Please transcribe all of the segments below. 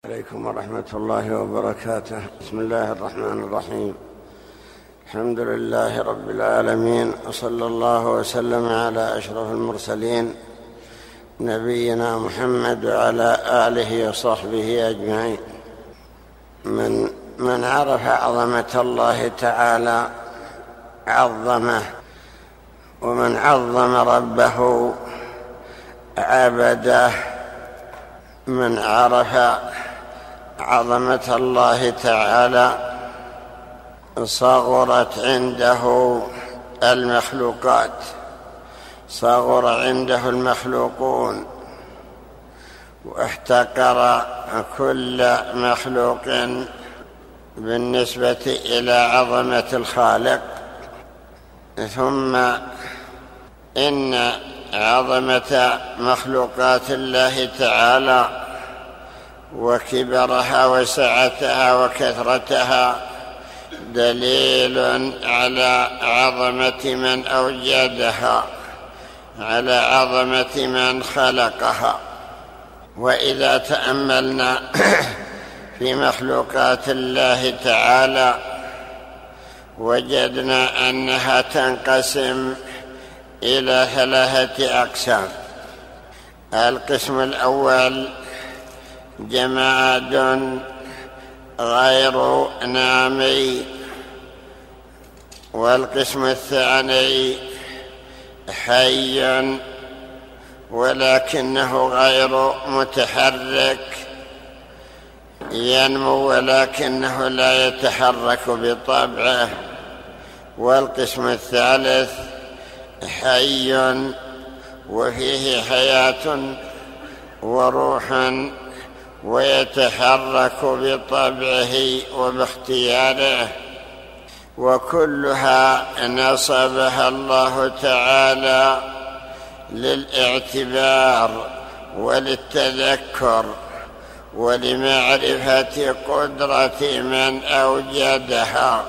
عليكم ورحمة الله وبركاته. بسم الله الرحمن الرحيم. الحمد لله رب العالمين، وصلى الله وسلم على أشرف المرسلين نبينا محمد وعلى آله وصحبه أجمعين. من عرف عظمة الله تعالى عظمه، ومن عظم ربه عبده. من عرف عظمة الله تعالى صغرت عنده المخلوقات، صغر عنده المخلوقون، واحتقر كل مخلوق بالنسبة إلى عظمة الخالق. ثم إن عظمة مخلوقات الله تعالى وكبرها وسعتها وكثرتها دليل على عظمة من أوجدها، على عظمة من خلقها. وإذا تأملنا في مخلوقات الله تعالى وجدنا أنها تنقسم إلى 3 أقسام. القسم الأول جماد غير نامي، والقسم الثاني حي ولكنه غير متحرك، ينمو ولكنه لا يتحرك بطبعه، والقسم الثالث حي وفيه حياة وروح ويتحرك بطبعه وباختياره. وكلها نصبها الله تعالى للاعتبار وللتذكر ولمعرفة قدرة من أوجدها.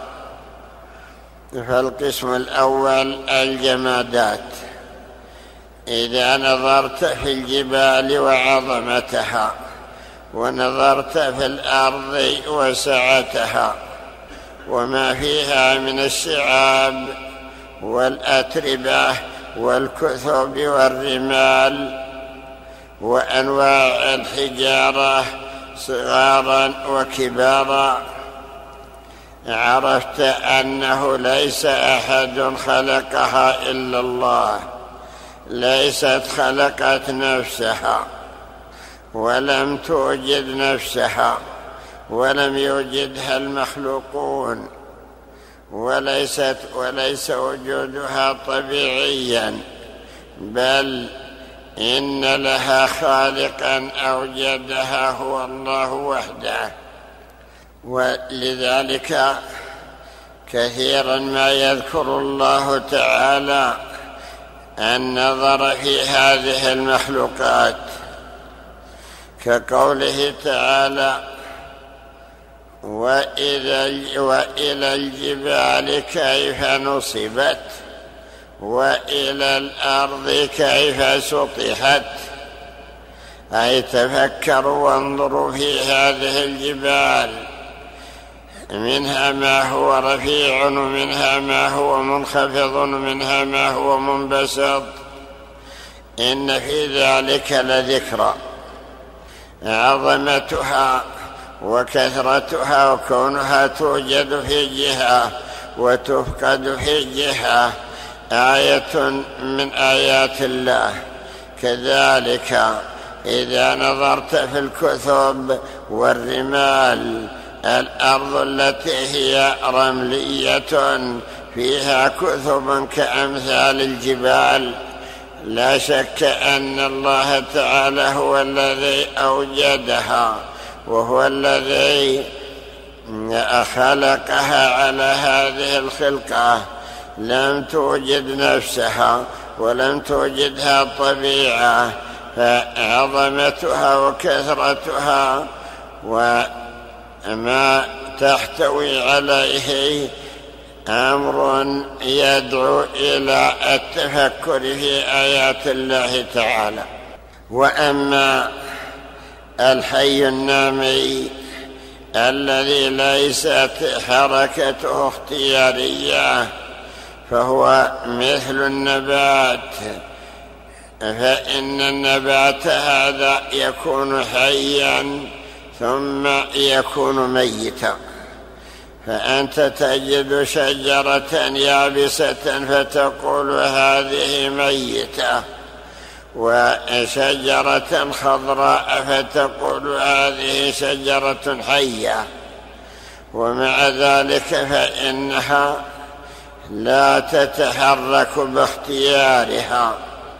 فالقسم الأول الجمادات. إذا نظرت في الجبال وعظمتها، ونظرت في الأرض وسعتها وما فيها من الشعاب والأتربة والكثب والرمال وأنواع الحجارة صغارا وكبارا، عرفت أنه ليس أحد خلقها إلا الله، ليست خلقت نفسها ولم توجد نفسها، ولم يوجدها المخلوقون، وليس وجودها طبيعيا، بل إن لها خالقا أوجدها هو الله وحده. ولذلك كثيرا ما يذكر الله تعالى النظر في هذه المخلوقات، كقوله تعالى: وإلى الجبال كيف نصبت وإلى الأرض كيف سطحت. أي تفكروا وانظروا في هذه الجبال، منها ما هو رفيع ومنها ما هو منخفض ومنها ما هو منبسط، إن في ذلك لذكرى. عظمتها وكثرتها وكونها توجد في جهة وتفقد في جهة آية من آيات الله. كذلك إذا نظرت في الكثب والرمال، الأرض التي هي رملية فيها كثب كأمثال الجبال، لا شك أن الله تعالى هو الذي أوجدها، وهو الذي خلقها على هذه الخلقة. لم توجد نفسها ولم توجدها طبيعة، فعظمتها وكثرتها وما تحتوي عليه أمر يدعو إلى التفكر في آيات الله تعالى. وأما الحي النامي الذي ليست حركته اختيارية فهو مثل النبات، فإن النبات هذا يكون حيا ثم يكون ميتا. فأنت تجد شجرة يابسة فتقول هذه ميتة، وشجرة خضراء فتقول هذه شجرة حية، ومع ذلك فإنها لا تتحرك باختيارها،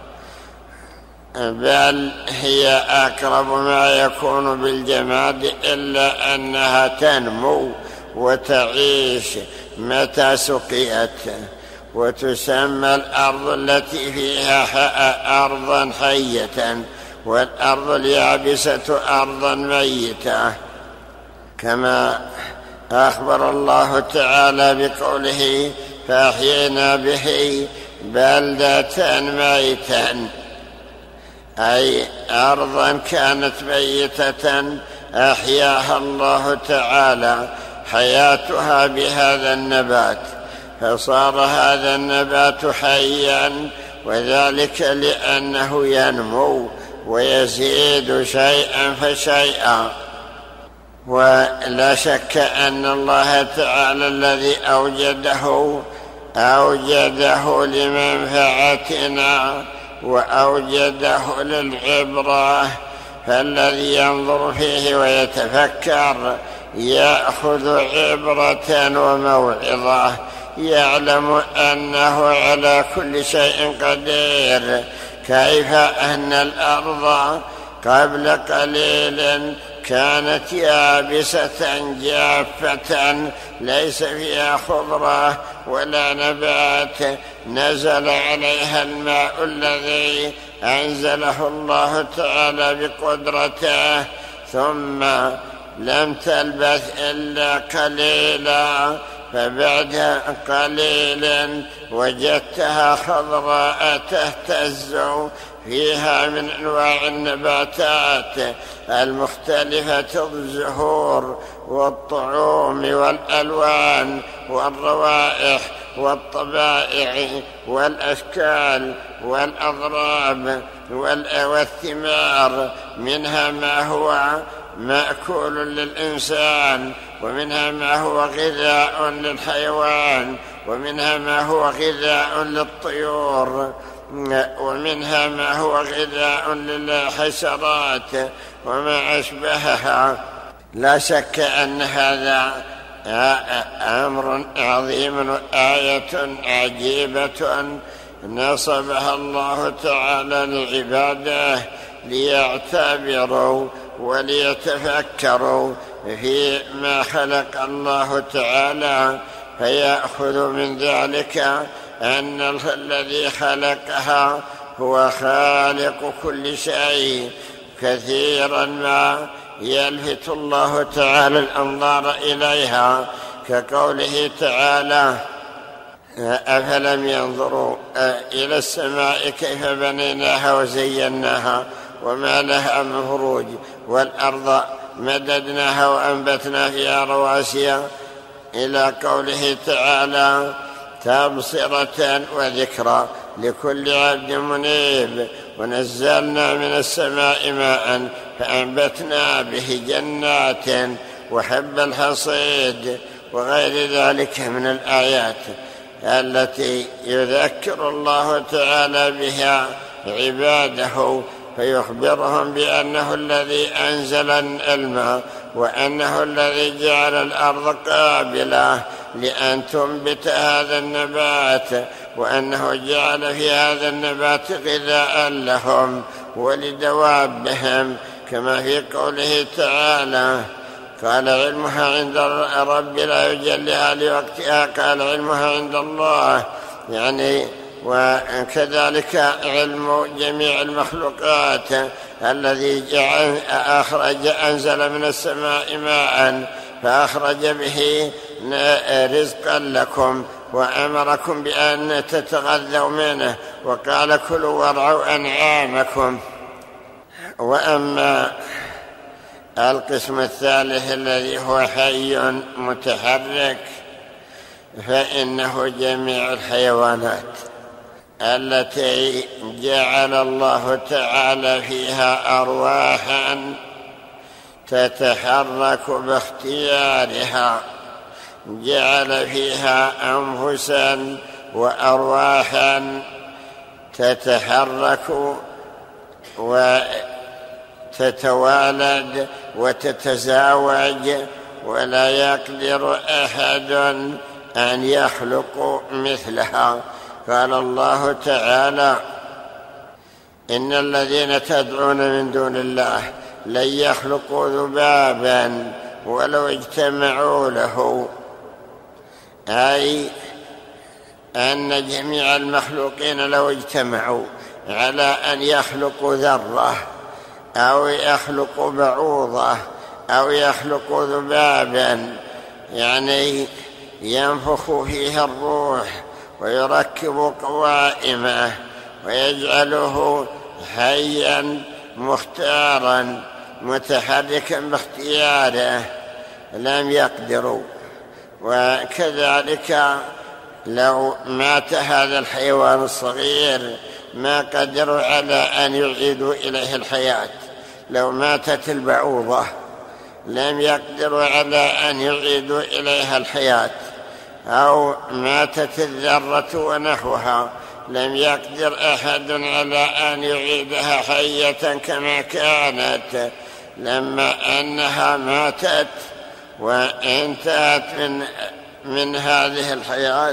بل هي أقرب ما يكون بالجماد، إلا أنها تنمو وتعيش متى سقيت، وتسمى الأرض التي فيها أرضا حية، والأرض اليابسة أرضا ميتة، كما أخبر الله تعالى بقوله فأحيينا به بلدة ميتا، أي أرضا كانت ميتة أحياها الله تعالى حياتها بهذا النبات، فصار هذا النبات حيا، وذلك لأنه ينمو ويزيد شيئا فشيئا. ولا شك أن الله تعالى الذي أوجده لمنفعتنا وأوجده للعبرة، فالذي ينظر فيه ويتفكر يأخذ عبرة وموعظة، يعلم أنه على كل شيء قدير. كيف أن الأرض قبل قليل كانت يابسة جافة ليس فيها خضرة ولا نبات، نزل عليها الماء الذي أنزله الله تعالى بقدرته، ثم لم تلبث إلا قليلا، فبعد قليل وجدتها خضراء تهتز فيها من أنواع النباتات المختلفة، الزهور والطعوم والألوان والروائح والطبائع والأشكال والأضراب والثمار، منها ما هو مأكول للإنسان، ومنها ما هو غذاء للحيوان، ومنها ما هو غذاء للطيور، ومنها ما هو غذاء للحشرات وما أشبهها. لا شك أن هذا أمر عظيم وآية عجيبة نصبها الله تعالى لعباده ليعتبروا وليتفكروا فيما خلق الله تعالى، فيأخذ من ذلك أن الذي خلقها هو خالق كل شيء. كثيرا ما يلفت الله تعالى الأنظار إليها، كقوله تعالى أفلم ينظروا إلى السماء كيف بنيناها وزيناها وما لها من فروج، والأرض مددناها وأنبتنا فيها رواسي، إلى قوله تعالى تبصرة وذكرى لكل عبد منيب، ونزلنا من السماء ماء فأنبتنا به جنات وحب الحصيد وغير ذلك من الآيات التي يذكر الله تعالى بها عباده، فيخبرهم بأنه الذي أنزل الماء، وأنه الذي جعل الأرض قابلة لأن تنبت هذا النبات، وأنه جعل في هذا النبات غذاء لهم ولدوابهم، كما في قوله تعالى قال علمها عند رب لا يجليها لوقتها، قال علمها عند الله، يعني وكذلك علم جميع المخلوقات الذي أنزل من السماء ماء فأخرج به رزقا لكم وأمركم بأن تتغذوا منه، وقال كلوا وارعوا أنعامكم. وأما القسم الثالث الذي هو حي متحرك، فإنه جميع الحيوانات التي جعل الله تعالى فيها أرواحا تتحرك باختيارها، جعل فيها أنفسا وأرواحا تتحرك وتتوالد وتتزاوج، ولا يقدر أحد أن يخلق مثلها. قال الله تعالى: إن الذين تدعون من دون الله لن يخلقوا ذبابا ولو اجتمعوا له، أي أن جميع المخلوقين لو اجتمعوا على أن يخلقوا ذرة أو يخلقوا بعوضة أو يخلقوا ذبابا، يعني ينفخ فيها الروح ويركب قوائمه ويجعله حيا مختارا متحركا باختياره، لم يقدروا. وكذلك لو مات هذا الحيوان الصغير ما قدروا على أن يعيدوا إليه الحياة. لو ماتت البعوضة لم يقدروا على أن يعيدوا إليها الحياة، أو ماتت الذرة ونحوها لم يقدر أحد على أن يعيدها حية كما كانت، لما أنها ماتت وانتهت من هذه الحياة.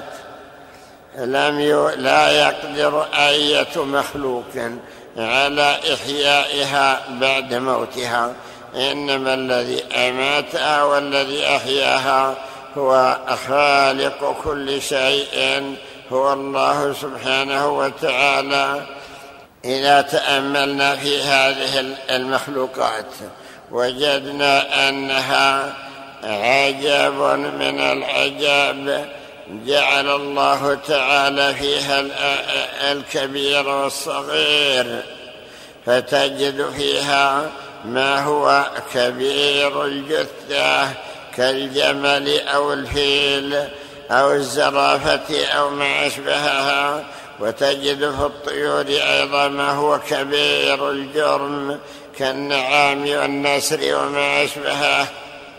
لا يقدر أية مخلوق على إحيائها بعد موتها، إنما الذي أماتها والذي أحياها هو خالق كل شيء، هو الله سبحانه وتعالى. إذا تأملنا في هذه المخلوقات وجدنا أنها عجب من العجاب، جعل الله تعالى فيها الكبير والصغير، فتجد فيها ما هو كبير الجثة كالجمل أو الفيل أو الزرافة أو ما أشبهها، وتجد في الطيور أيضا ما هو كبير الجرم كالنعام والنسر وما أشبهه،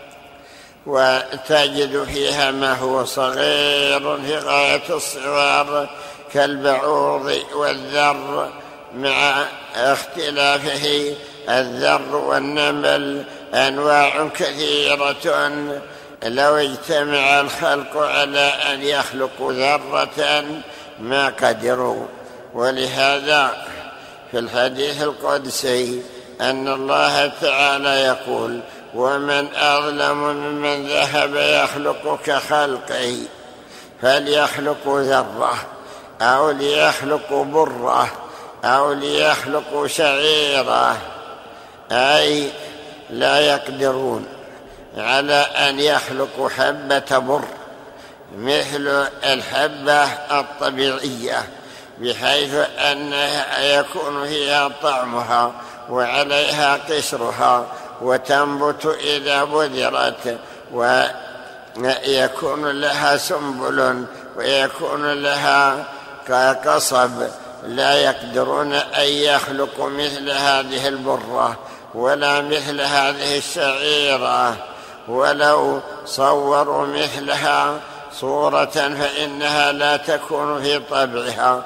وتجد فيها ما هو صغير في غاية الصغر كالبعوض والذر، مع اختلافه الذر والنمل أنواع كثيرة. لو اجتمع الخلق على أن يخلقوا ذرة ما قدروا. ولهذا في الحديث القدسي أن الله تعالى يقول: ومن أظلم ممن ذهب يخلق كخلقي، فليخلقوا ذرة أو ليخلقوا بره أو ليخلقوا شعيرة، أي لا يقدرون على أن يخلقوا حبة بر مثل الحبة الطبيعية، بحيث أنها يكون فيها طعمها وعليها قشرها وتنبت إذا بذرت، ويكون لها سنبل ويكون لها قصب. لا يقدرون أن يخلقوا مثل هذه البرة ولا مثل هذه الشعيرة، ولو صوروا مثلها صورة فإنها لا تكون في طبعها.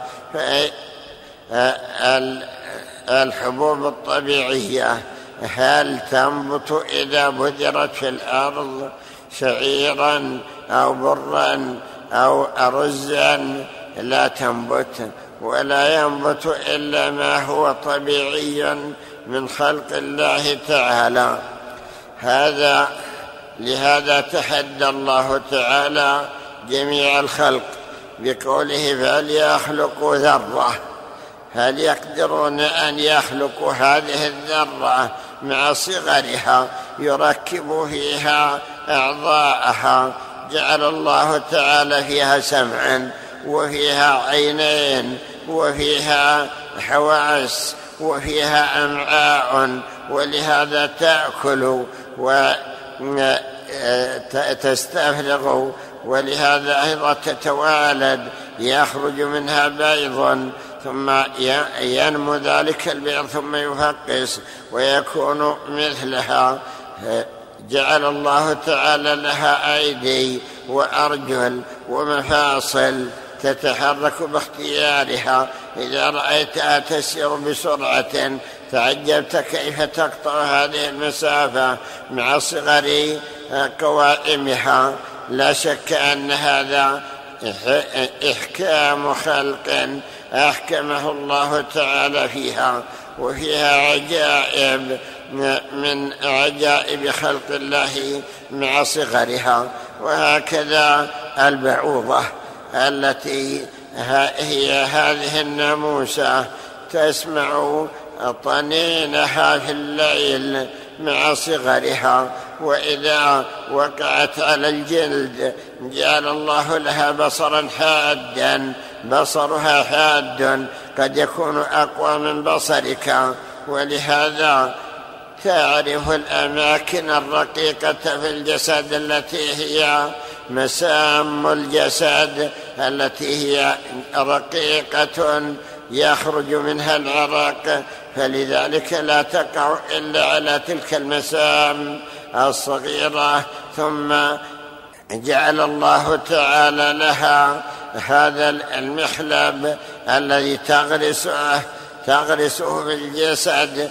الحبوب الطبيعية هل تنبت إذا بذرت في الأرض شعيرا أو برا أو أرزا؟ لا تنبت، ولا ينبت إلا ما هو طبيعي من خلق الله تعالى. لهذا تحدى الله تعالى جميع الخلق بقوله: فليخلقوا ذرة. هل يقدرون أن يخلقوا هذه الذرة مع صغرها؟ يركبوا فيها أعضاءها. جعل الله تعالى فيها سمعا وفيها عينين وفيها حواس وفيها أمعاء ولهذا تأكل وتستفرغ، ولهذا أيضا تتوالد، يخرج منها بيض ثم ينمو ذلك البيض ثم يفقس ويكون مثلها. جعل الله تعالى لها أيدي وأرجل ومفاصل تتحرك باختيارها. إذا رأيتها تسير بسرعة تعجبت كيف تقطع هذه المسافة مع صغر قوائمها. لا شك أن هذا إحكام خلق أحكمه الله تعالى فيها، وفيها عجائب من عجائب خلق الله مع صغرها. وهكذا البعوضة التي هي هذه الناموسة تسمع طنينها في الليل مع صغرها، وإذا وقعت على الجلد جعل الله لها بصرا حادا، بصرها حاد قد يكون أقوى من بصرك، ولهذا تعرف الأماكن الرقيقة في الجسد التي هي مسام الجسد، التي هي رقيقة يخرج منها العرق، فلذلك لا تقع إلا على تلك المسام الصغيرة. ثم جعل الله تعالى لها هذا المحلب الذي تغرسه في الجسد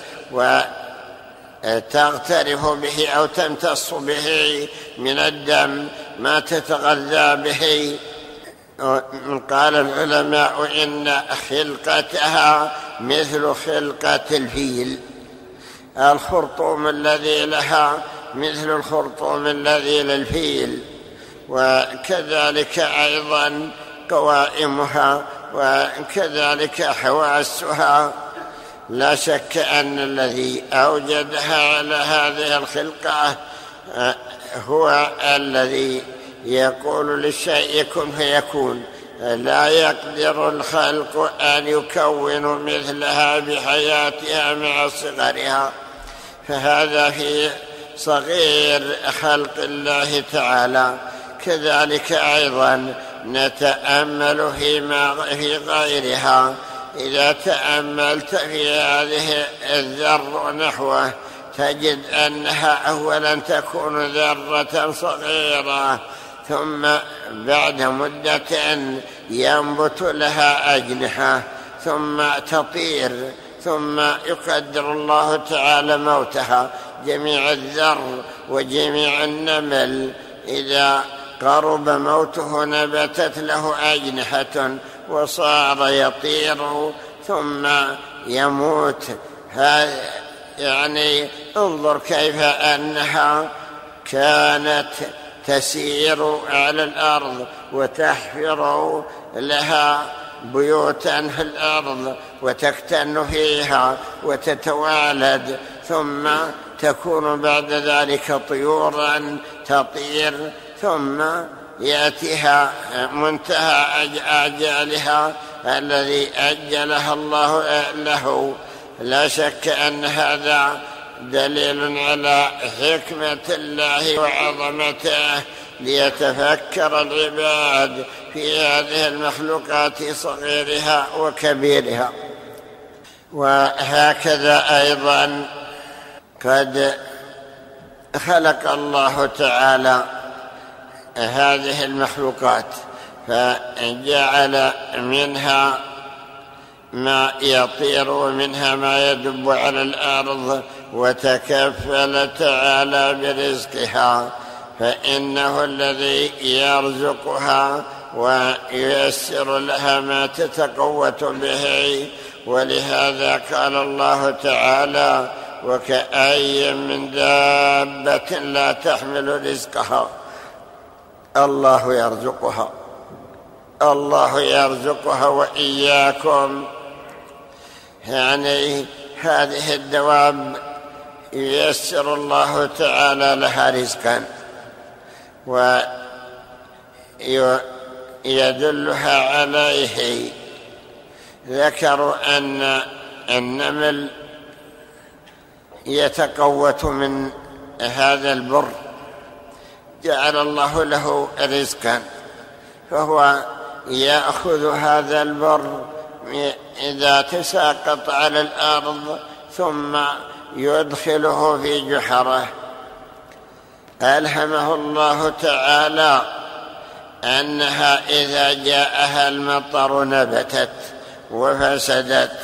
وتغترف به أو تمتص به من الدم ما تتغذى به. قال العلماء إن خلقتها مثل خلقة الفيل، الخرطوم الذي لها مثل الخرطوم الذي للفيل، وكذلك أيضا قوائمها وكذلك حواسها. لا شك أن الذي أوجدها على هذه الخلقة هو الذي يقول للشيء كن فيكون. لا يقدر الخلق أن يكونوا مثلها بحياتها مع صغرها، فهذا في صغير خلق الله تعالى. كذلك أيضا نتأمل في غيرها. إذا تأملت في هذه الذر نحوه تجد أنها أولا تكون ذرة صغيرة، ثم بعد مدة ينبت لها أجنحة، ثم تطير، ثم يقدر الله تعالى موتها. جميع الذر وجميع النمل إذا قرب موته نبتت له أجنحة وصار يطير ثم يموت. يعني انظر كيف أنها كانت تسير على الأرض وتحفر لها بيوتا في الأرض وتكتن فيها وتتوالد، ثم تكون بعد ذلك طيورا تطير، ثم يأتيها منتهى أجالها الذي أجلها الله له. لا شك أن هذا دليل على حكمة الله وعظمته ليتفكر العباد في هذه المخلوقات صغيرها وكبيرها. وهكذا أيضا قد خلق الله تعالى هذه المخلوقات فجعل منها ما يطير ومنها ما يدب على الأرض، وتكفل تعالى برزقها، فإنه الذي يرزقها وييسر لها ما تتقوت به. ولهذا قال الله تعالى: وكأي من دابة لا تحمل رزقها. الله يرزقها، الله يرزقها وإياكم. يعني هذه الدواب ييسر الله تعالى لها رزقا ويدلها عليه. ذكروا أن النمل يتقوت من هذا البر جعل الله له رزقا، فهو يأخذ هذا البر إذا تساقط على الأرض ثم يدخله في جحره. ألهمه الله تعالى أنها إذا جاءها المطر نبتت وفسدت،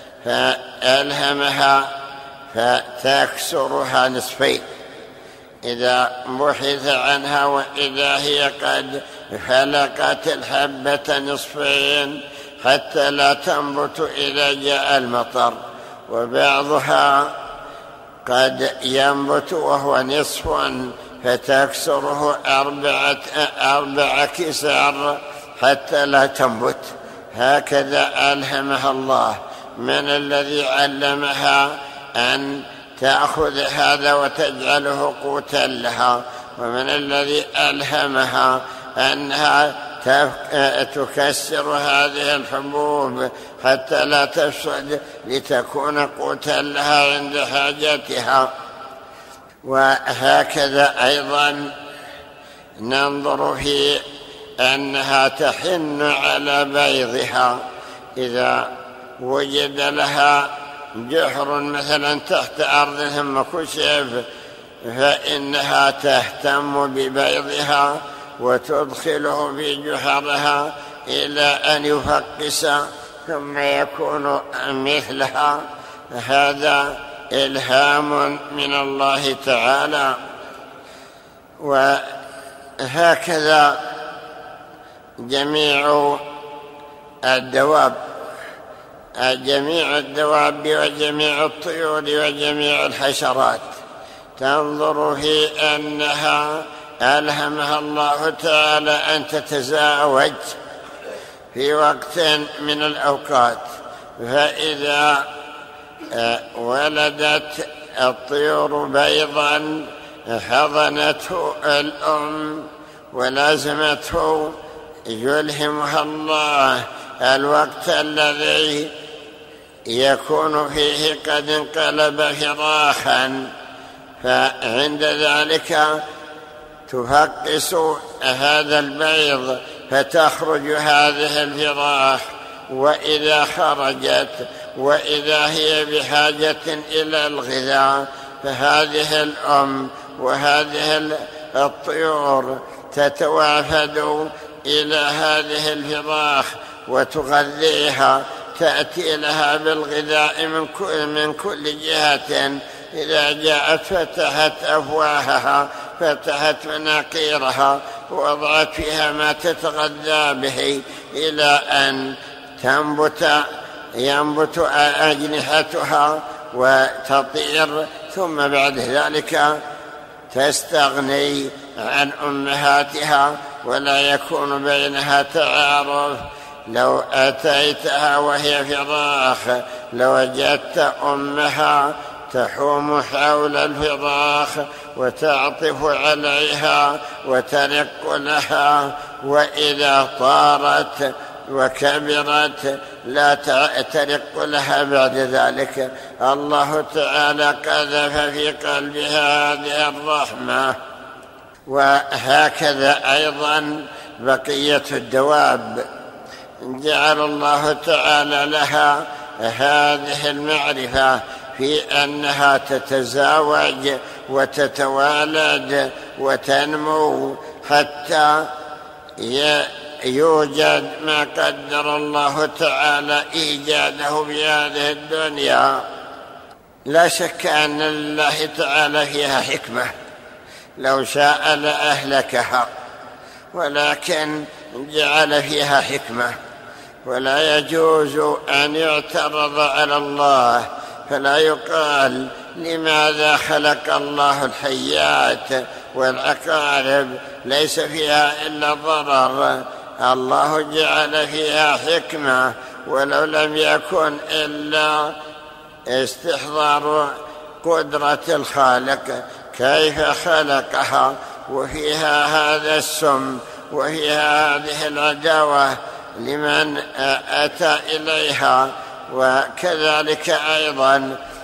فألهمها فتكسرها نصفين إذا بحث عنها، وإذا هي قد فلقت الحبة نصفين حتى لا تنبت إذا جاء المطر، وبعضها قد ينبت وهو نصف فتكسره 4 كسار حتى لا تنبت. هكذا ألهمها الله. من الذي علمها أن تأخذ هذا وتجعله قوتا لها؟ ومن الذي ألهمها أنها تكسر هذه الحبوب حتى لا تفسد لتكون قوتا لها عند حاجتها؟ وهكذا أيضا ننظر في أنها تحن على بيضها. إذا وجد لها جحر مثلا تحت أرض ثم كشف، فإنها تهتم ببيضها وتدخله في جحرها إلى أن يفقس ثم يكون مثلها. هذا إلهام من الله تعالى. وهكذا جميع الدواب وجميع الطيور وجميع الحشرات تنظر في أنها ألهمها الله تعالى أن تتزاوج في وقت من الأوقات، فإذا ولدت الطيور بيضا حضنته الأم ولازمته، يلهمها الله الوقت الذي يكون فيه قد انقلب فراخا، فعند ذلك تفقس هذا البيض فتخرج هذه الفراخ، وإذا خرجت وإذا هي بحاجة إلى الغذاء فهذه الأم وهذه الطيور تتوافد إلى هذه الفراخ وتغذيها، تأتي لها بالغذاء من كل جهة. إذا جاءت فتحت أفواهها، فتحت مناقيرها، ووضعت فيها ما تتغذى به إلى أن ينبت أجنحتها وتطير، ثم بعد ذلك تستغني عن أمهاتها ولا يكون بينها تعارف. لو أتيتها وهي فراخ لوجدت أمها تحوم حول الفراخ وتعطف عليها وترق لها، وإذا طارت وكبرت لا ترق لها بعد ذلك. الله تعالى قذف في قلبها هذه الرحمة. وهكذا أيضا بقية الدواب جعل الله تعالى لها هذه المعرفة في أنها تتزاوج وتتوالد وتنمو حتى يوجد ما قدر الله تعالى إيجاده في هذه الدنيا. لا شك أن لله تعالى فيها حكمة، لو شاء لأهلكها، ولكن جعل فيها حكمة. ولا يجوز أن يعترض على الله، فلا يقال لماذا خلق الله الحيات والعقارب ليس فيها إلا ضرر. الله جعل فيها حكمة، ولو لم يكن إلا استحضار قدرة الخالق كيف خلقها، وفيها هذا السم وفيها هذه العداوة لمن أتى إليها. وكذلك أيضا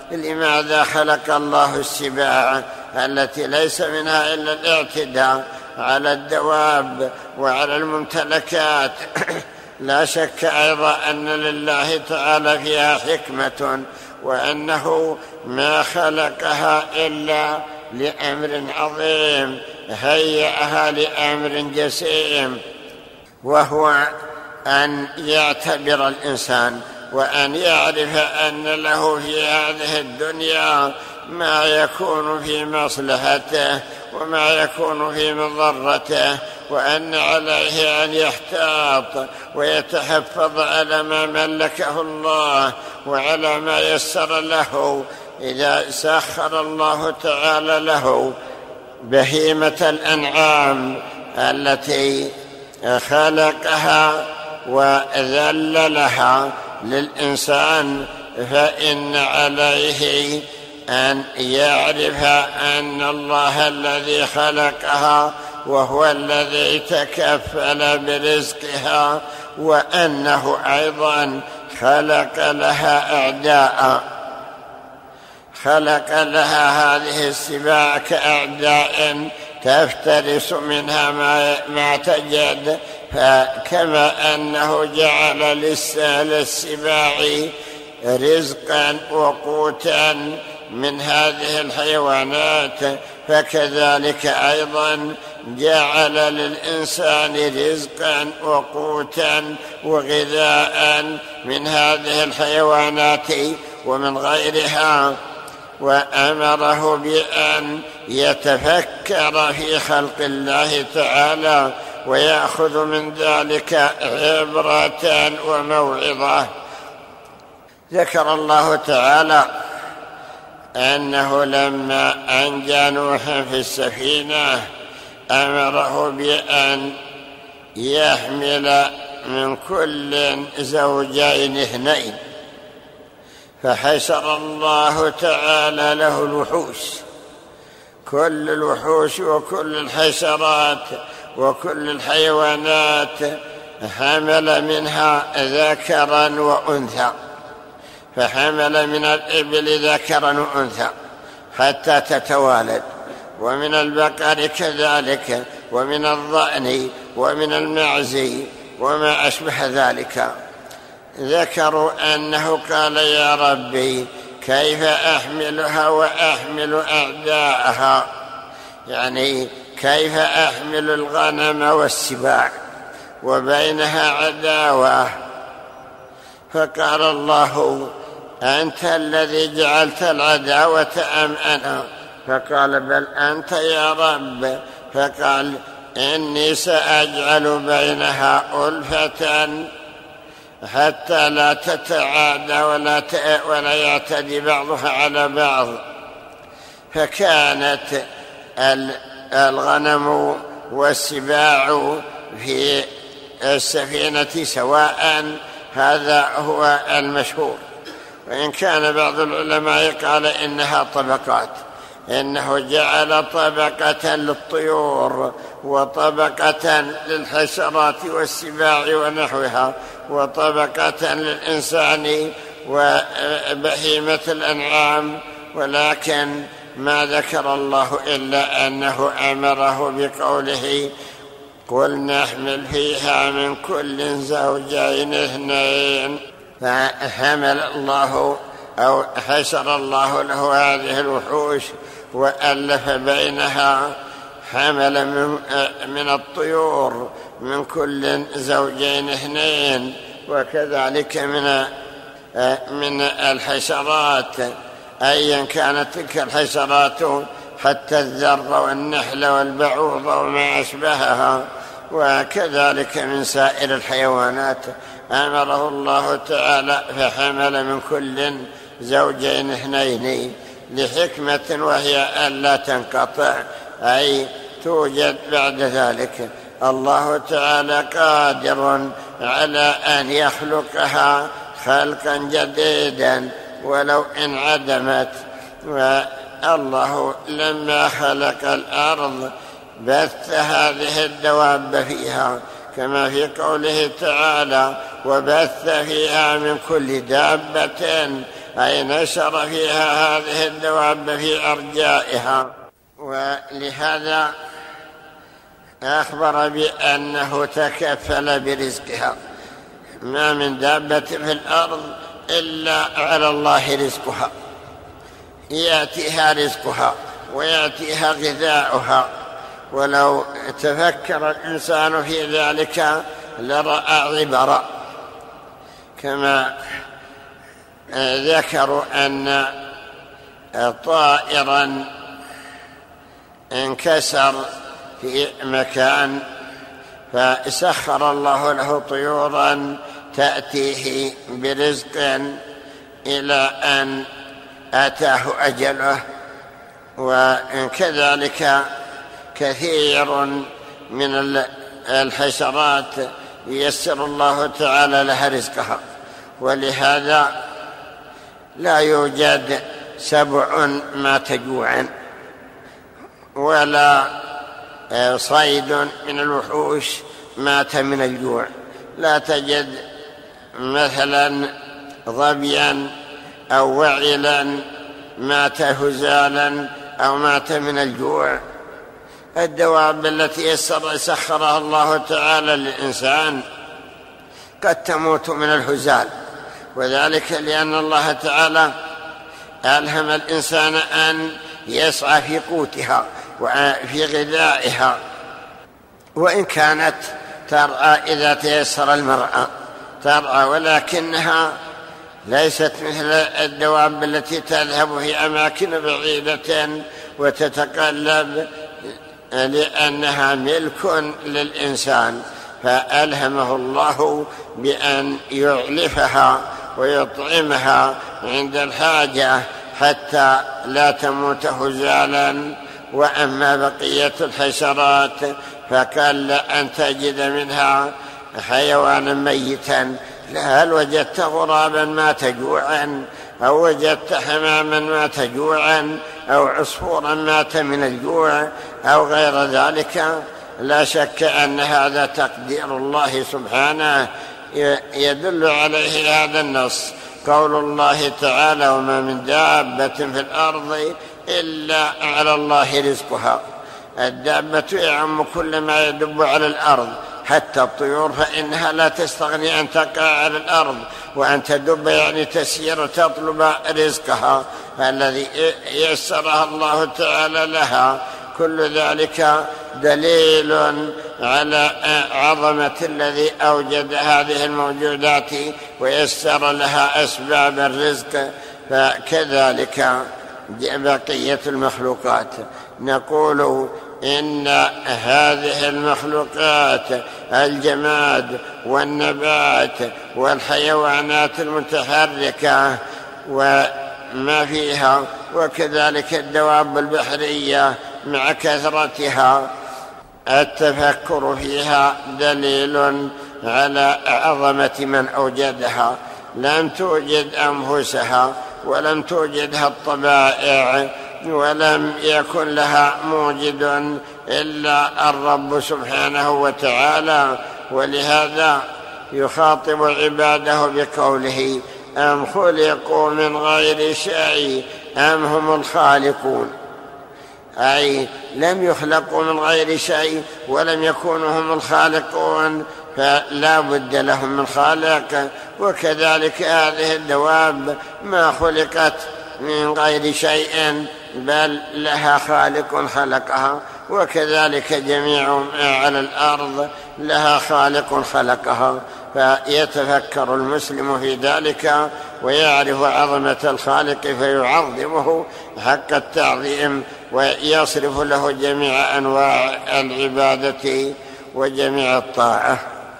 لماذا خلق الله السباع التي ليس منها إلا الاعتداء على الدواب وعلى الممتلكات؟ لا شك أيضا أن لله تعالى فيها حكمة، وأنه ما خلقها إلا لأمر عظيم، هيئها لأمر جسيم، وهو أن يعتبر الإنسان وأن يعرف أن له في هذه الدنيا ما يكون في مصلحته وما يكون في مضرته، وأن عليه أن يحتاط ويتحفظ على ما ملكه الله وعلى ما يسر له. إذا سخر الله تعالى له بهيمة الأنعام التي خلقها وذللها للإنسان، فإن عليه أن يعرف أن الله الذي خلقها وهو الذي تكفل برزقها، وأنه أيضا خلق لها أعداء، خلق لها هذه السباع كأعداء تفترس منها ما تجد. فكما أنه جعل للسباع رزقا وقوتا من هذه الحيوانات، فكذلك أيضا جعل للإنسان رزقا وقوتا وغذاء من هذه الحيوانات ومن غيرها، وأمره بأن يتفكر في خلق الله تعالى ويأخذ من ذلك عبرة وموعظة. ذكر الله تعالى أنه لما أنجى نوحا في السفينة أمره بأن يحمل من كل زوجين 2، فحشر الله تعالى له الوحوش، كل الوحوش وكل الحشرات وكل الحيوانات حمل منها ذكرا وأنثى، فحمل من الإبل ذكرا وأنثى حتى تتوالد، ومن البقر كذلك، ومن الضأن ومن المعز وما أشبه ذلك. ذكروا أنه قال يا ربي كيف أحملها وأحمل أعداءها، يعني كيف أحمل الغنم والسباع وبينها عداوة؟ فقال الله أنت الذي جعلت العداوة أم أنا؟ فقال بل أنت يا رب. فقال إني سأجعل بينها ألفة حتى لا تتعادى ولا يعتدي بعضها على بعض. فكانت الغنم والسباع في السفينة سواء، هذا هو المشهور. وإن كان بعض العلماء قال إنها طبقات، إنه جعل طبقة للطيور وطبقة للحشرات والسباع ونحوها وطبقة للإنسان وبهيمة الأنعام، ولكن ما ذكر الله إلا أنه أمره بقوله قل نحمل فيها من كل زوجين 2. فحمل الله أو حشر الله له هذه الوحوش وألف بينها، حمل من الطيور من كل زوجين 2، وكذلك من الحشرات أيا كانت تلك الحشرات، حتى الذر والنحل والبعوض وما أشبهها، وكذلك من سائر الحيوانات أمره الله تعالى فحمل من كل زوجين 2 لحكمة، وهي ألا تنقطع، أي توجد بعد ذلك. الله تعالى قادر على أن يخلقها خلقا جديدا ولو انعدمت. والله لما خلق الأرض بث هذه الدواب فيها، كما في قوله تعالى وبث فيها من كل دابة أي نشر فيها هذه الدواب في أرجائها. ولهذا أخبر بأنه تكفل برزقها. ما من دابة في الأرض إلا على الله رزقها، يأتيها رزقها ويأتيها غذاؤها. ولو تفكر الإنسان في ذلك لرأى عبرا، كما ذكروا أن طائرا انكسر في مكان فسخر الله له طيورا تأتيه برزق إلى أن أتاه أجله. وكذلك كثير من الحشرات ييسر الله تعالى لها رزقها. ولهذا لا يوجد سبع مات جوعا، ولا صيد من الوحوش مات من الجوع. لا تجد مثلا ظبيا أو وعلا مات هزالا أو مات من الجوع. الدواب التي سخرها الله تعالى للإنسان قد تموت من الهزال، وذلك لأن الله تعالى ألهم الإنسان أن يسعى في قوتها وفي غذائها، وإن كانت ترعى إذا تيسر المرعى ترعى، ولكنها ليست مثل الدواب التي تذهب في أماكن بعيدة وتتقلب، لأنها ملك للإنسان، فألهمه الله بأن يعلفها ويطعمها عند الحاجة حتى لا تموت هزالا. وأما بقية الحشرات فكان أن تجد منها حيوانا ميتا. هل وجدت غرابا مات جوعا، أو وجدت حماما مات جوعا، أو عصفورا مات من الجوع، أو غير ذلك؟ لا شك أن هذا تقدير الله سبحانه يدل عليه هذا النص، قول الله تعالى: وما من دابة في الأرض إلا على الله رزقها. الدابة يعم كل ما يدب على الأرض، حتى الطيور فإنها لا تستغني أن تقع على الأرض وأن تدب، يعني تسير تطلب رزقها الذي يسرها الله تعالى لها. كل ذلك دليل على عظمة الذي أوجد هذه الموجودات ويسر لها أسباب الرزق. فكذلك بقية المخلوقات. نقول إن هذه المخلوقات الجماد والنبات والحيوانات المتحركة وما فيها، وكذلك الدواب البحرية مع كثرتها، التفكر فيها دليل على عظمة من أوجدها. لم توجد أنفسها ولم توجدها الطبائع، ولم يكن لها موجد إلا الرب سبحانه وتعالى. ولهذا يخاطب عباده بقوله: أم خلقوا من غير شيء أم هم الخالقون. أي لم يخلقوا من غير شيء ولم يكونوا هم الخالقون، فلا بد لهم من خالق. وكذلك هذه الدواب ما خلقت من غير شيء، بل لها خالق خلقها، وكذلك جميع ما على الأرض لها خالق خلقها. فيتفكر المسلم في ذلك ويعرف عظمة الخالق فيعظمه حق التعظيم، ويصرف له جميع أنواع العبادة وجميع الطاعة.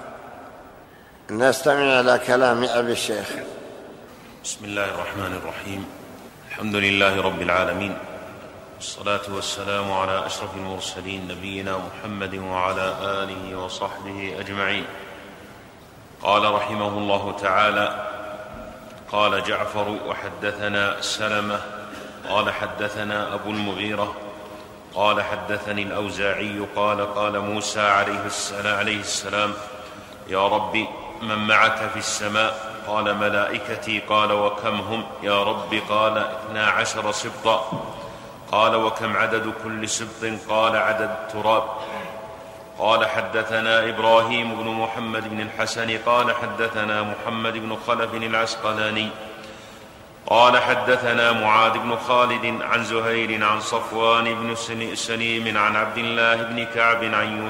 نستمع إلى كلام أبي الشيخ. بسم الله الرحمن الرحيم. الحمد لله رب العالمين، والصلاة والسلام على أشرف المرسلين نبينا محمد وعلى آله وصحبه أجمعين. قال رحمه الله تعالى: قال جعفر: وحدثنا سلمة قال حدثنا أبو المغيرة قال حدثني الأوزاعي قال موسى عليه السلام: يا رب، من معك في السماء قال ملائكتي. قال وكم هم يا رب؟ قال 12 سبطا. قال وكم عدد كل سبط؟ قال عدد التراب. قال حدثنا إبراهيم بن محمد بن الحسن قال حدثنا محمد بن خلف العسقلاني قال حدثنا معاذ بن خالد عن زهير عن صفوان بن سليم عن عبد الله بن كعب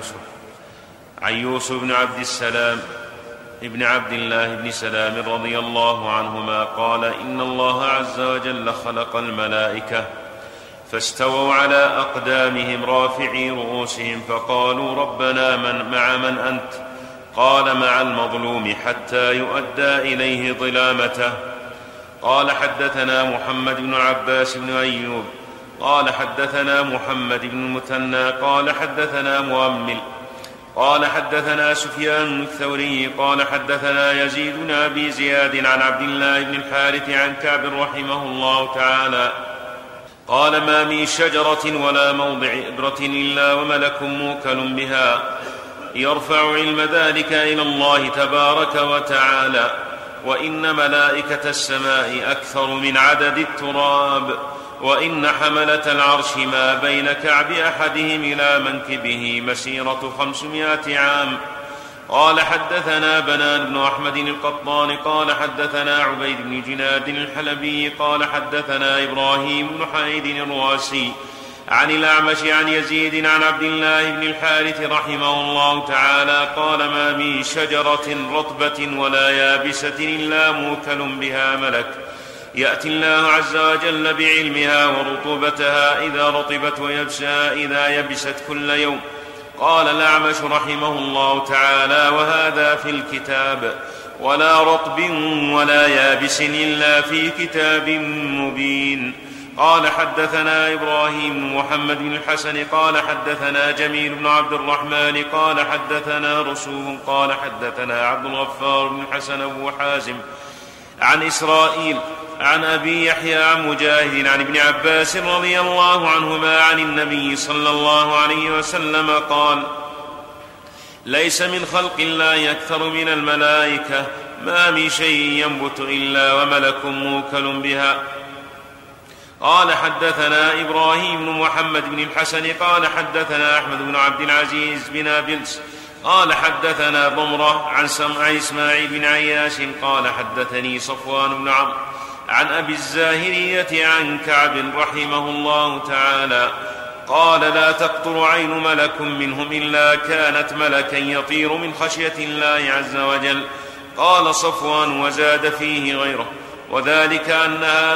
عن يوسف بن عبد السلام ابن عبد الله بن سلام رضي الله عنهما قال إن الله عز وجل خلق الملائكة فاستووا على أقدامهم رافعي رؤوسهم فقالوا ربنا مع من أنت؟ قال مع المظلوم حتى يؤدى إليه ظلامته. قال حدثنا محمد بن عباس بن أيوب قال حدثنا محمد بن المثنى قال حدثنا مؤمل قال حدثنا سفيان الثوري قال حدثنا يزيد بن أبي زياد عن عبد الله بن الحارث عن كعب رحمه الله تعالى قال ما من شجرة ولا موضع إبرة إلا وملك موكل بها يرفع علم ذلك إلى الله تبارك وتعالى، وإن ملائكة السماء أكثر من عدد التراب، وإن حملة العرش ما بين كعب أحدهم إلى منكبه مسيرة 500 عام. قال حدثنا بنان بن أحمد القطان قال حدثنا عبيد بن جناد الحلبي قال حدثنا إبراهيم بن حميد الرواسي عن الأعمش عن يزيد عن عبد الله بن الحارث رحمه الله تعالى قال ما من شجرة رطبة ولا يابسة إلا موكل بها ملك يأتي الله عز وجل بعلمها ورطوبتها إذا رطبت ويبسها إذا يبست كل يوم. قال الأعمش رحمه الله تعالى وهذا في الكتاب، ولا رطب ولا يابس إلا في كتاب مبين. قال حدثنا إبراهيم بن محمد بن الحسن قال حدثنا جميل بن عبد الرحمن قال حدثنا رسول قال حدثنا عبد الغفار بن الحسن أبو حازم عن إسرائيل عن أبي يحيى عن مجاهد عن ابن عباس رضي الله عنهما عن النبي صلى الله عليه وسلم قال ليس من خلق الله أكثر من الملائكة، ما من شيء ينبت إلا وملك موكل بها. قال حدثنا إبراهيم بن محمد بن الحسن قال حدثنا أحمد بن عبد العزيز بن أبلس قال حدثنا ضمرة عن إسماعيل بن عياش قال حدثني صفوان بن عمرو عن أبي الزاهرية عن كعب رحمه الله تعالى قال لا تقطر عين ملك منهم إلا كانت ملكا يطير من خشية الله عز وجل. قال صفوان وزاد فيه غيره وذلك أنها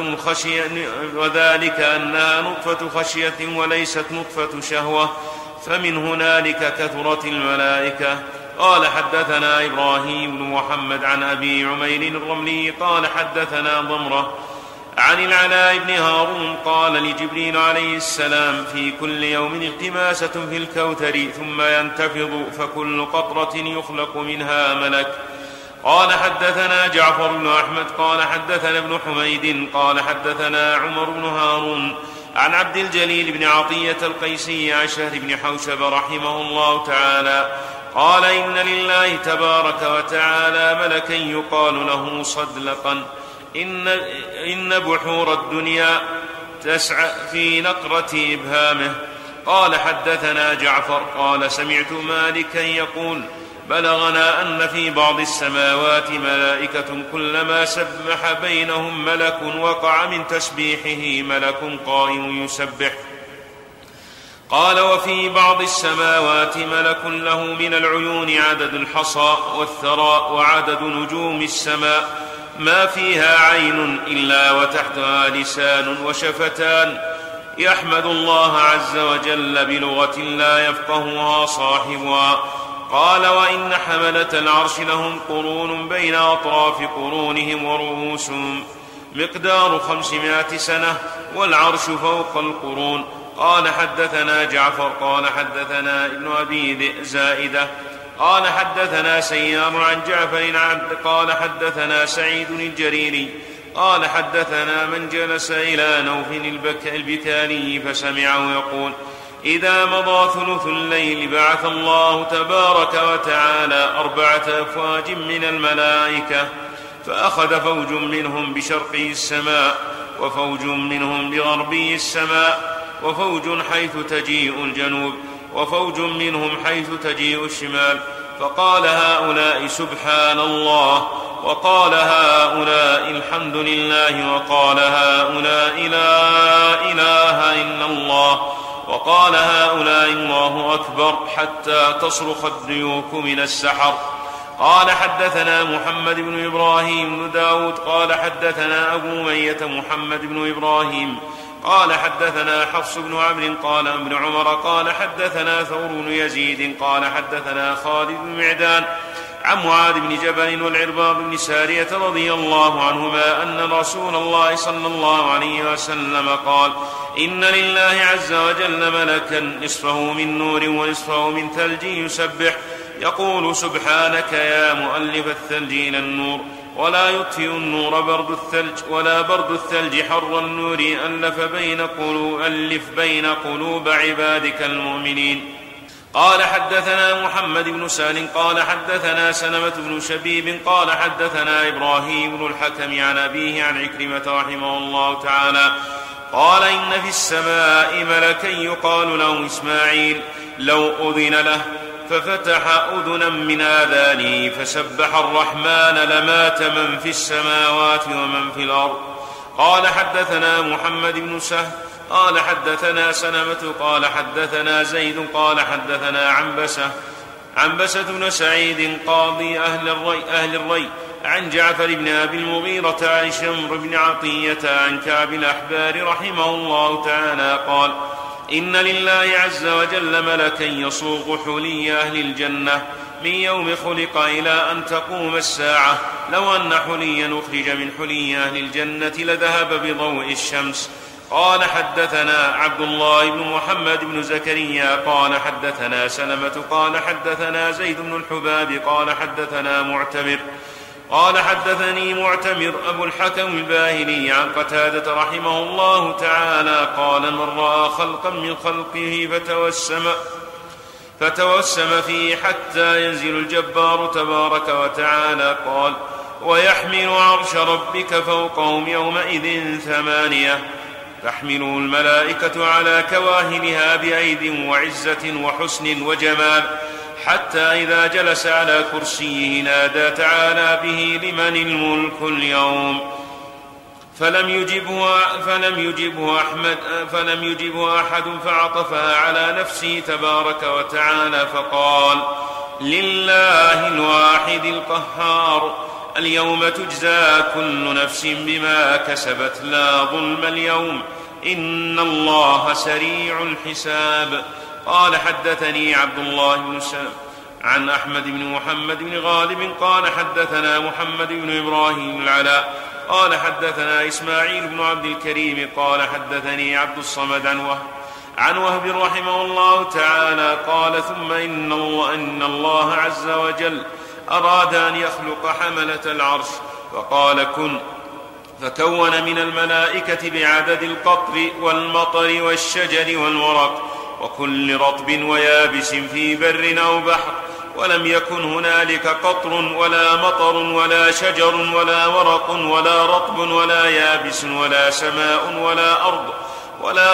نطفة خشية وليست نطفة شهوة، فمن هنالك كثرت الملائكة. قال حدثنا إبراهيم بن محمد عن أبي عمير الرملي قال حدثنا ضمرة عن العلاء بن هارون قال لجبريل عليه السلام في كل يوم التماسة في الكوثر ثم ينتفض فكل قطرة يخلق منها ملك. قال حدثنا جعفر بن أحمد قال حدثنا ابن حميد قال حدثنا عمر بن هارون عن عبد الجليل بن عطية القيسي عن شهر بن حوشب رحمه الله تعالى قال إن لله تبارك وتعالى ملكا يقال له صدلقا إن بحور الدنيا تسعى في نقرة إبهامه. قال حدثنا جعفر قال سمعت مالكا يقول بلغنا أن في بعض السماوات ملائكة كلما سبح بينهم ملك وقع من تسبيحه ملك قائم يسبح. قال وفي بعض السماوات ملك له من العيون عدد الحصى والثراء وعدد نجوم السماء ما فيها عين إلا وتحتها لسان وشفتان يحمد الله عز وجل بلغة لا يفقهها صاحبها. قال وإن حملة العرش لهم قرون بين أطراف قرونهم ورؤوسهم مقدار 500 سنة والعرش فوق القرون. قال حدثنا جعفر قال حدثنا ابن أبي زائدة قال حدثنا سيار عن جعفر قال حدثنا سعيد الجريري قال حدثنا من جلس إلى نوف البكاني فسمعه يقول إذا مضى ثلث الليل بعث الله تبارك وتعالى 4 أفواج من الملائكة فأخذ فوج منهم بشرقي السماء وفوج منهم بغربي السماء وفوج حيث تجيء الجنوب وفوج منهم حيث تجيء الشمال، فقال هؤلاء سبحان الله، وقال هؤلاء الحمد لله، وقال هؤلاء لا إله إلا الله، وقال هؤلاء الله أكبر، حتى تصرخ الديوك من السحر. قال حدثنا محمد بن إبراهيم بن داود قال حدثنا أبو أمية محمد بن إبراهيم قال حدثنا حفص بن عمرو قال ابن عمر قال حدثنا ثور بن يزيد قال حدثنا خالد بن معدان عن معاذ بن جبل والعرباض بن سارية رضي الله عنهما أن رسول الله صلى الله عليه وسلم قال: إن لله عز وجل ملكا نصفه من نور ونصفه من ثلج يسبح يقول: سبحانك يا مؤلف الثلج إلى النور، ولا يطفئ النور برد الثلج، ولا برد الثلج حر النور، ألف بين قلوب عبادك المؤمنين. قال حدثنا محمد بن سال قال حدثنا سلمة بن شبيب قال حدثنا إبراهيم بن الحكم عن أبيه عن عكرمة رحمه الله تعالى قال: إن في السماء ملكا يقال له إسماعيل، لو أذن له ففتح أذنا من آذانه فسبح الرحمن لمات من في السماوات ومن في الأرض. قال حدثنا محمد بن سهل قال حدثنا سلمة قال حدثنا زيد قال حدثنا عنبسة بن سعيد قاضي أهل الري عن جعفر بن أبي المغيرة عن شمر بن عطية عن كعب الأحبار رحمه الله تعالى قال: إن لله عز وجل ملكا يصوغ حلي أهل الجنة من يوم خلق إلى أن تقوم الساعة، لو أن حليا أخرج من حلي أهل الجنة لذهب بضوء الشمس. قال حدثنا عبد الله بن محمد بن زكريا قال حدثنا سلمة قال حدثنا زيد بن الحباب قال حدثنا معتمر قال حدثني معتمر أبو الحكم الباهلي عن قتادة رحمه الله تعالى قال: من رأى خلقا من خلقه فتوسم فيه حتى ينزل الجبار تبارك وتعالى قال: ويحمل عرش ربك فوقهم يومئذ 8 تحمله الملائكة على كواهلها بأيد وعزة وحسن وجمال، حتى إذا جلس على كرسيه نادى تعالى به: لمن الملك اليوم؟ فلم يجبه أحد فعطفها على نفسه تبارك وتعالى فقال: لله الواحد القهار، اليوم تجزى كل نفس بما كسبت لا ظلم اليوم، إن الله سريع الحساب. قال حدثني عبد الله بن سلم عن أحمد بن محمد بن غالب قال حدثنا محمد بن إبراهيم العلاء قال حدثنا إسماعيل بن عبد الكريم قال حدثني عبد الصمد عن وهب رحمه الله تعالى قال: ثم إن الله عز وجل أراد أن يخلق حملة العرش فقال: كن، فكون من الملائكة بعدد القطر والمطر والشجر والورق وكل رطب ويابس في بر أو بحر، ولم يكن هنالك قطر ولا مطر ولا شجر ولا ورق ولا رطب ولا يابس ولا سماء ولا أرض ولا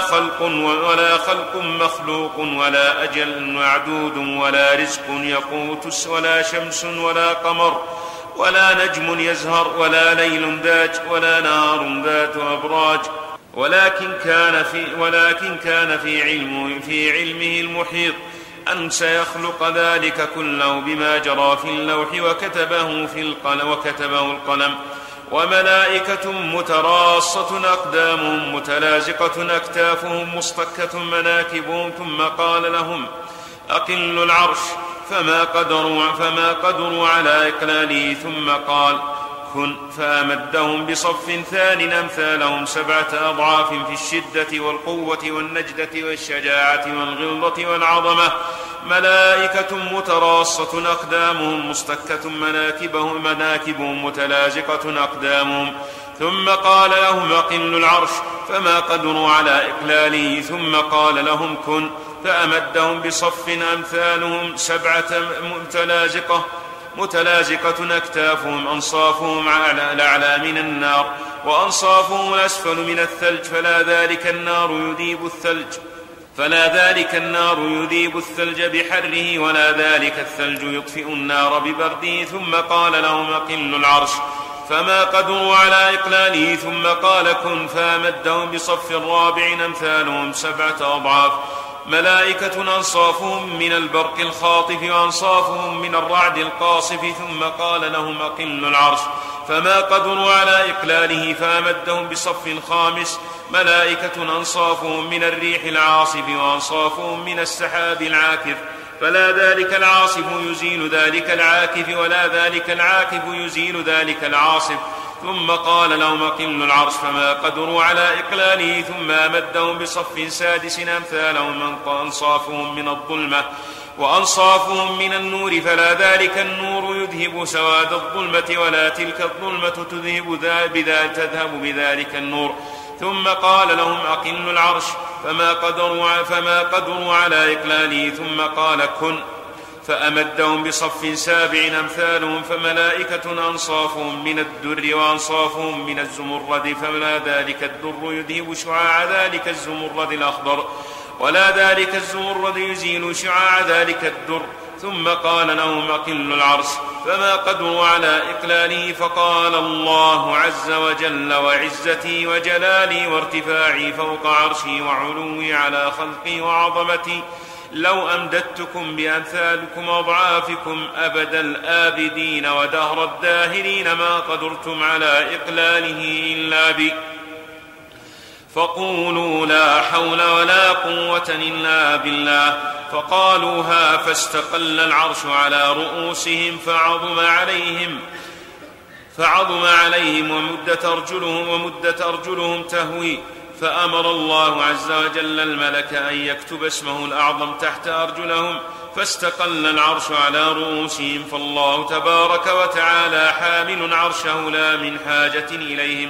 خلق مخلوق ولا أجل معدود ولا رزق يقوت ولا شمس ولا قمر ولا نجم يزهر ولا ليل داج ولا نهار ذات أبراج، ولكن كان في علمه المحيط أن سيخلق ذلك كله بما جرى في اللوح وكتبه القلم. وملائكة متراصة أقدامهم متلازقة أكتافهم مصطكة مناكبهم، ثم قال لهم: أقلوا العرش، فما قدروا على إقلاله، ثم قال: كن، فأمدهم بصف ثان أمثالهم 7 أضعاف في الشدة والقوة والنجدة والشجاعة والغلظة والعظمة، ملائكة متراصة أقدامهم مصطكة مناكبهم متلازقة أقدامهم، ثم قال لهم: أقلوا العرش، فما قدروا على إقلاله، ثم قال لهم: كن، فأمدهم بصف أمثالهم 7 متلازقة متلازقة أكتافهم أنصافهم الأعلى من النار وأنصافهم الأسفل من الثلج، فلا ذلك النار يذيب الثلج بحره، ولا ذلك الثلج يطفئ النار ببرده. ثم قال لهم أقلوا العرش، فما قدروا على إقلاله، ثم قال كن، فأمدهم بصف رابع أمثالهم 7 أضعاف، ملائكة أنصافهم من البرق الخاطف وأنصافهم من الرعد القاصف. ثم قال لهم أقلوا العرش، فما قدروا على إقلاله، فأمدهم بصف خامس، ملائكة أنصافهم من الريح العاصف وأنصافهم من السحاب العاكف، فلا ذلك العاصف يزيل ذلك العاكف، ولا ذلك العاكف يزيل ذلك العاصف. ثم قال لهم أقلوا العرش، فما قدروا على إقلاله، ثم أمدهم بصف سادس أمثالهم أنصافهم من الظلمة وأنصافهم من النور، فلا ذلك النور يذهب سواد الظلمة، ولا تلك الظلمة تذهب بذلك النور. ثم قال لهم أقلوا العرش، فما قدروا على إقلاله، ثم قال كن، فأمدهم بصف 7 أمثالهم، فملائكة أنصافهم من الدر وأنصافهم من الزمرد، فلا ذلك الدر يذهب شعاع ذلك الزمرد الأخضر، ولا ذلك الزمرد يزيل شعاع ذلك الدر. ثم قال لهم أقلوا العرش، فما قدروا على إقلاله، فقال الله عز وجل وعزتي وجلالي وارتفاعي فوق عرشي وعلوي على خلقي وعظمتي لو أمددتكم بأمثالكم وأضعافكم أبد الآبدين ودهر الداهرين ما قدرتم على إقلاله إلا بي، فقولوا لا حول ولا قوة إلا بالله. فقالوها، فاستقل العرش على رؤوسهم فعظم عليهم ومدت أرجلهم تهوي. فأمر الله عز وجل الملك أن يكتب اسمه الأعظم تحت أرجلهم، فاستقل العرش على رؤوسهم، فالله تبارك وتعالى حامل عرشه لا من حاجة إليهم،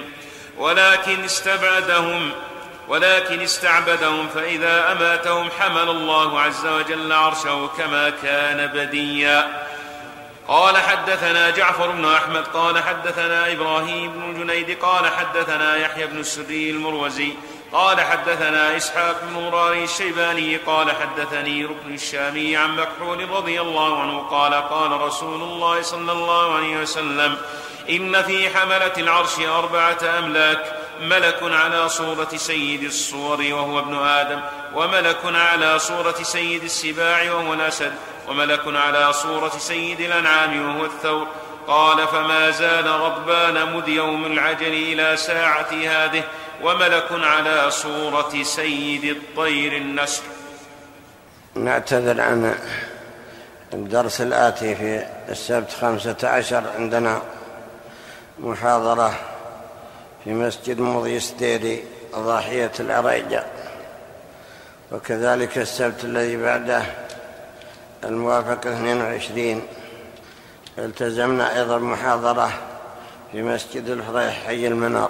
ولكن استعبدهم، فإذا أماتهم حمل الله عز وجل عرشه كما كان بديا. قال حدثنا جعفر بن أحمد قال حدثنا إبراهيم بن جنيد قال حدثنا يحيى بن السري المروزي قال حدثنا إسحاق بن مراري الشيباني قال حدثني ركن الشامي عن مكحول رضي الله عنه قال قال رسول الله صلى الله عليه وسلم: إن في حملة العرش 4 أملاك، ملك على صورة سيد الصور وهو ابن آدم، وملك على صورة سيد السباع وهو الأسد، وملك على صورة سيد الأنعام وهو الثور. قال: فما زال غضبان مذ يوم العجل إلى ساعة هذه، وملك على صورة سيد الطير النسر. نعتذر عن الدرس الآتي في السبت 15 عندنا محاضرة في مسجد مضي ستيري ضاحية العريجة، وكذلك السبت الذي بعده الموافق 22 التزمنا أيضا محاضرة في مسجد الفريح حي المنار.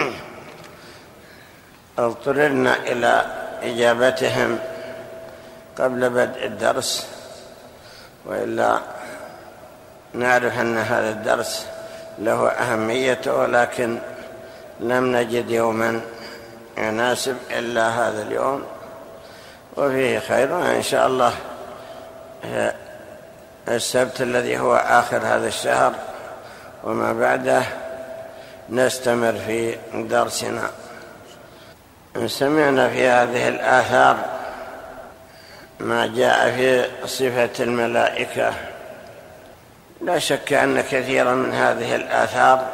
اضطررنا إلى إجابتهم قبل بدء الدرس، وإلا نعرف أن هذا الدرس له أهميته، ولكن لم نجد يوما يناسب إلا هذا اليوم، وفيه خير إن شاء الله السبت الذي هو آخر هذا الشهر وما بعده نستمر في درسنا. سمعنا في هذه الآثار ما جاء في صفة الملائكة. لا شك أن كثيرا من هذه الآثار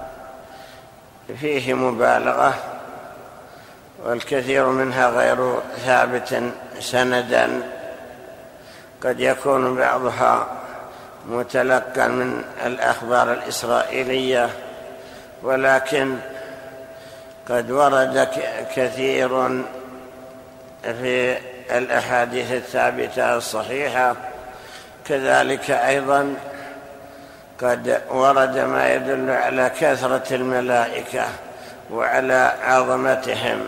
فيه مبالغة، والكثير منها غير ثابت سندا، قد يكون بعضها متلقى من الأخبار الإسرائيلية، ولكن قد ورد كثير في الأحاديث الثابتة الصحيحة. كذلك أيضا قد ورد ما يدل على كثرة الملائكة وعلى عظمتهم،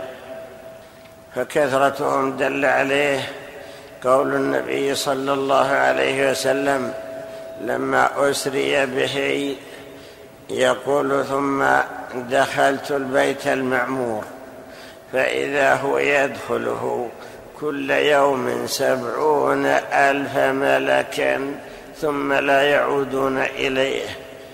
فكثرتهم دل عليه قول النبي صلى الله عليه وسلم: لما أسري به يقول: ثم دخلت البيت المعمور فإذا هو يدخله كل يوم 70,000 ملكا ثم لا يعودون إليه.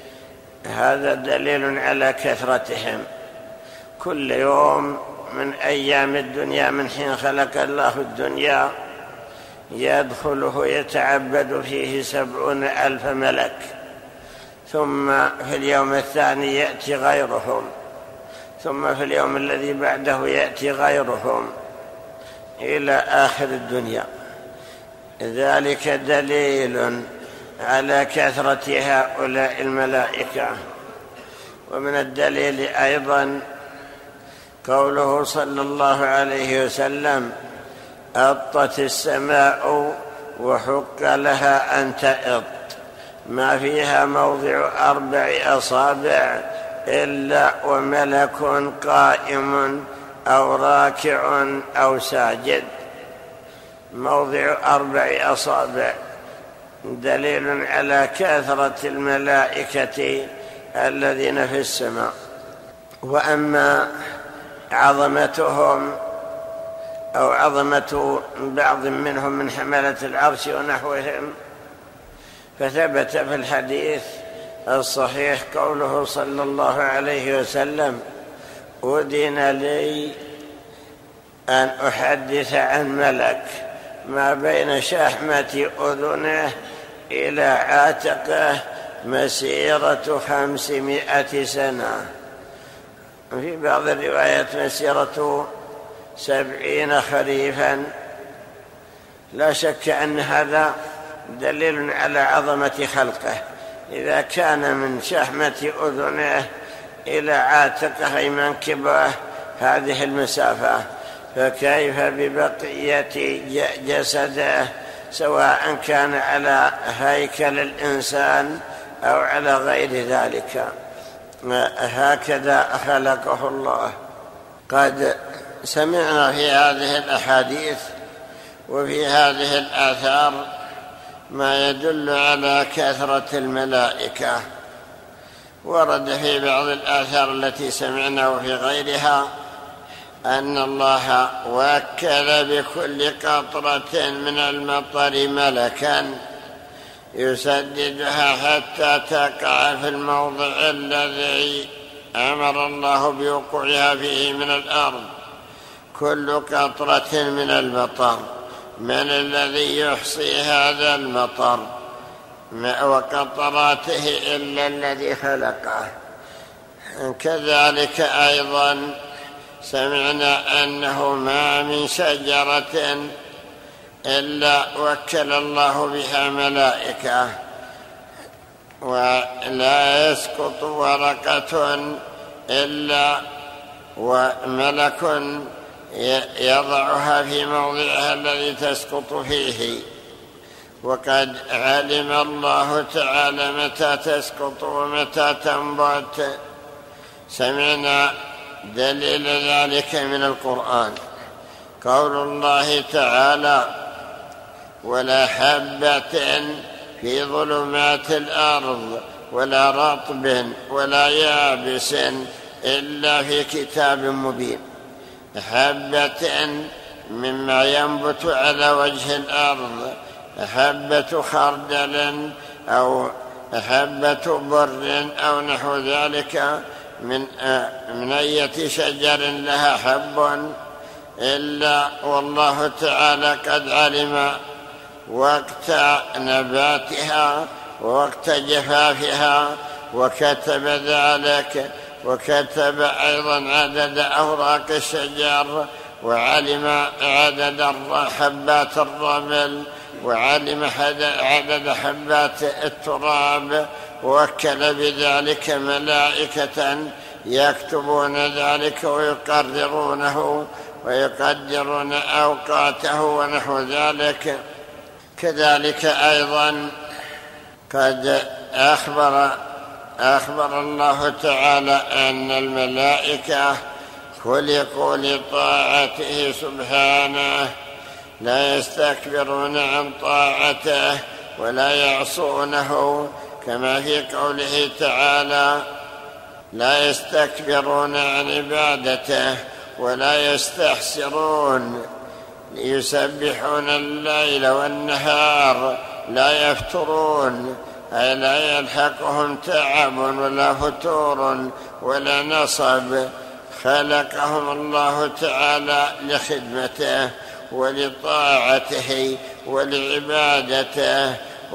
هذا دليل على كثرتهم. كل يوم من أيام الدنيا من حين خلق الله الدنيا يدخله يتعبد فيه 70,000 ملك، ثم في اليوم الثاني يأتي غيرهم، ثم في اليوم الذي بعده يأتي غيرهم إلى آخر الدنيا. ذلك دليل على كثرة هؤلاء الملائكة. ومن الدليل أيضا قوله صلى الله عليه وسلم: أطت السماء وحق لها أن تأط، ما فيها موضع 4 أصابع إلا وملك قائم أو راكع أو ساجد. موضع 4 أصابع دليل على كثرة الملائكة الذين في السماء. وأما عظمتهم أو عظمة بعض منهم من حملة العرش ونحوهم فثبت في الحديث الصحيح قوله صلى الله عليه وسلم: أذن لي أن أحدث عن ملك ما بين شحمة أذنه إلى عاتقه مسيرة 500 سنة، في بعض الروايات مسيرة 70 خريفا. لا شك أن هذا دليل على عظمة خلقه. إذا كان من شحمة أذنه إلى عاتقه أي منكبه هذه المسافة، فكيف ببقية جسده سواء كان على هيكل الإنسان أو على غير ذلك. هكذا خلقه الله. قد سمعنا في هذه الأحاديث وفي هذه الآثار ما يدل على كثرة الملائكة. ورد في بعض الآثار التي سمعنا وفي غيرها أن الله وكل بكل قطرة من المطر ملكا يسددها حتى تقع في الموضع الذي أمر الله بوقوعها فيه من الأرض. كل قطرة من المطر، من الذي يحصي هذا المطر وقطراته إلا الذي خلقه؟ كذلك أيضا سمعنا أنه ما من شجرة إلا وكل الله بها ملائكة، ولا يسقط ورقة إلا وملك يضعها في موضعها الذي تسقط فيه. وقد علم الله تعالى متى تسقط ومتى تنبت. سمعنا دليل ذلك من القرآن، قول الله تعالى: ولا حبة في ظلمات الأرض ولا رطب ولا يابس إلا في كتاب مبين. حبة مما ينبت على وجه الأرض، حبة خردل أو حبة بر أو نحو ذلك من أية شجر لها حب، إلا والله تعالى قد علم وقت نباتها ووقت جفافها وكتب ذلك، وكتب أيضا عدد أوراق الشجر، وعلم عدد حبات الرمل، وعلم عدد حبات التراب، ووكل بذلك ملائكة يكتبون ذلك ويقررونه ويقدرون أوقاته ونحو ذلك. كذلك أيضا قد أخبر الله تعالى أن الملائكة خلقوا لطاعته سبحانه، لا يستكبرون عن طاعته ولا يعصونه، كما في قوله تعالى: لا يستكبرون عن عبادته ولا يستحسرون، يسبحون الليل والنهار لا يفترون، أي لا يلحقهم تعب ولا فتور ولا نصب. خلقهم الله تعالى لخدمته ولطاعته ولعبادته،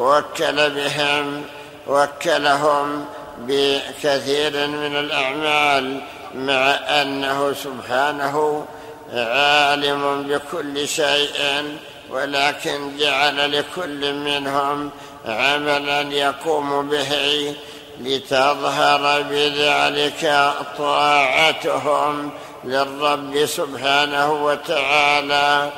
وكلهم بكثير من الأعمال، مع أنه سبحانه عالم بكل شيء، ولكن جعل لكل منهم عملا يقوم به لتظهر بذلك طاعتهم للرب سبحانه وتعالى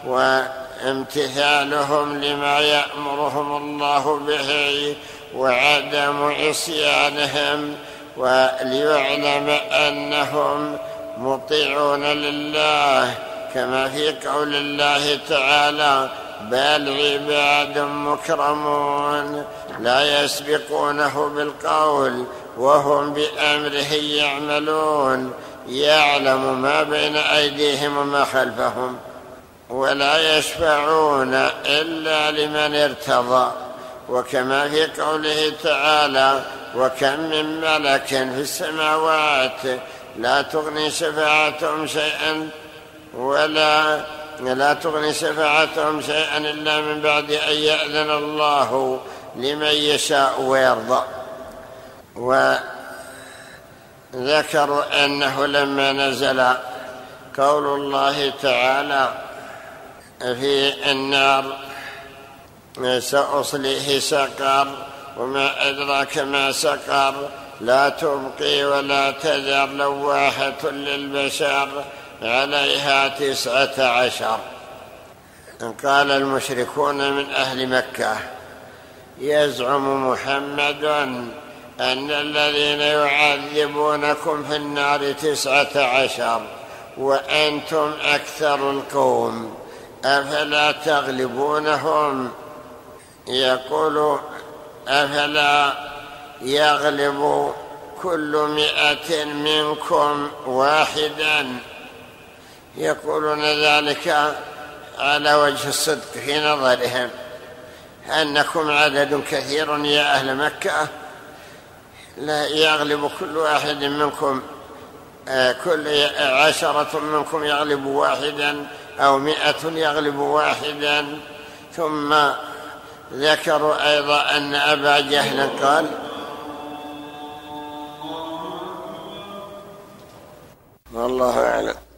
وامتثالهم لما يأمرهم الله به وعدم عصيانهم، وليعلم أنهم مطيعون لله، كما في قول الله تعالى: بل عباد مكرمون لا يسبقونه بالقول وهم بأمره يعملون، يعلم ما بين أيديهم وما خلفهم، ولا يشفعون إلا لمن ارتضى. وكما في قوله تعالى: وكم من ملك في السماوات لا تغني شفاعتهم شيئا إلا من بعد أن يأذن الله لمن يشاء ويرضى. وذكروا أنه لما نزل قول الله تعالى في النار: سأصليه سقر، وما أدراك ما سقر، لا تبقي ولا تذر، لواحة للبشر، عليها 19. قال المشركون من أهل مكة: يزعم محمد أن الذين يعذبونكم في النار 19 وأنتم أكثر القوم، أفلا تغلبونهم؟ يقول: أفلا يغلب كل 100 منكم واحدا؟ يقولون ذلك على وجه الصدق في نظرهم، أنكم عدد كثير يا أهل مكة، لا يغلب كل واحد منكم، كل 10 منكم يغلب واحدا، أو 100 يغلب واحدا. ثم ذكروا أيضا أن أبا جهل قال: والله أعلم.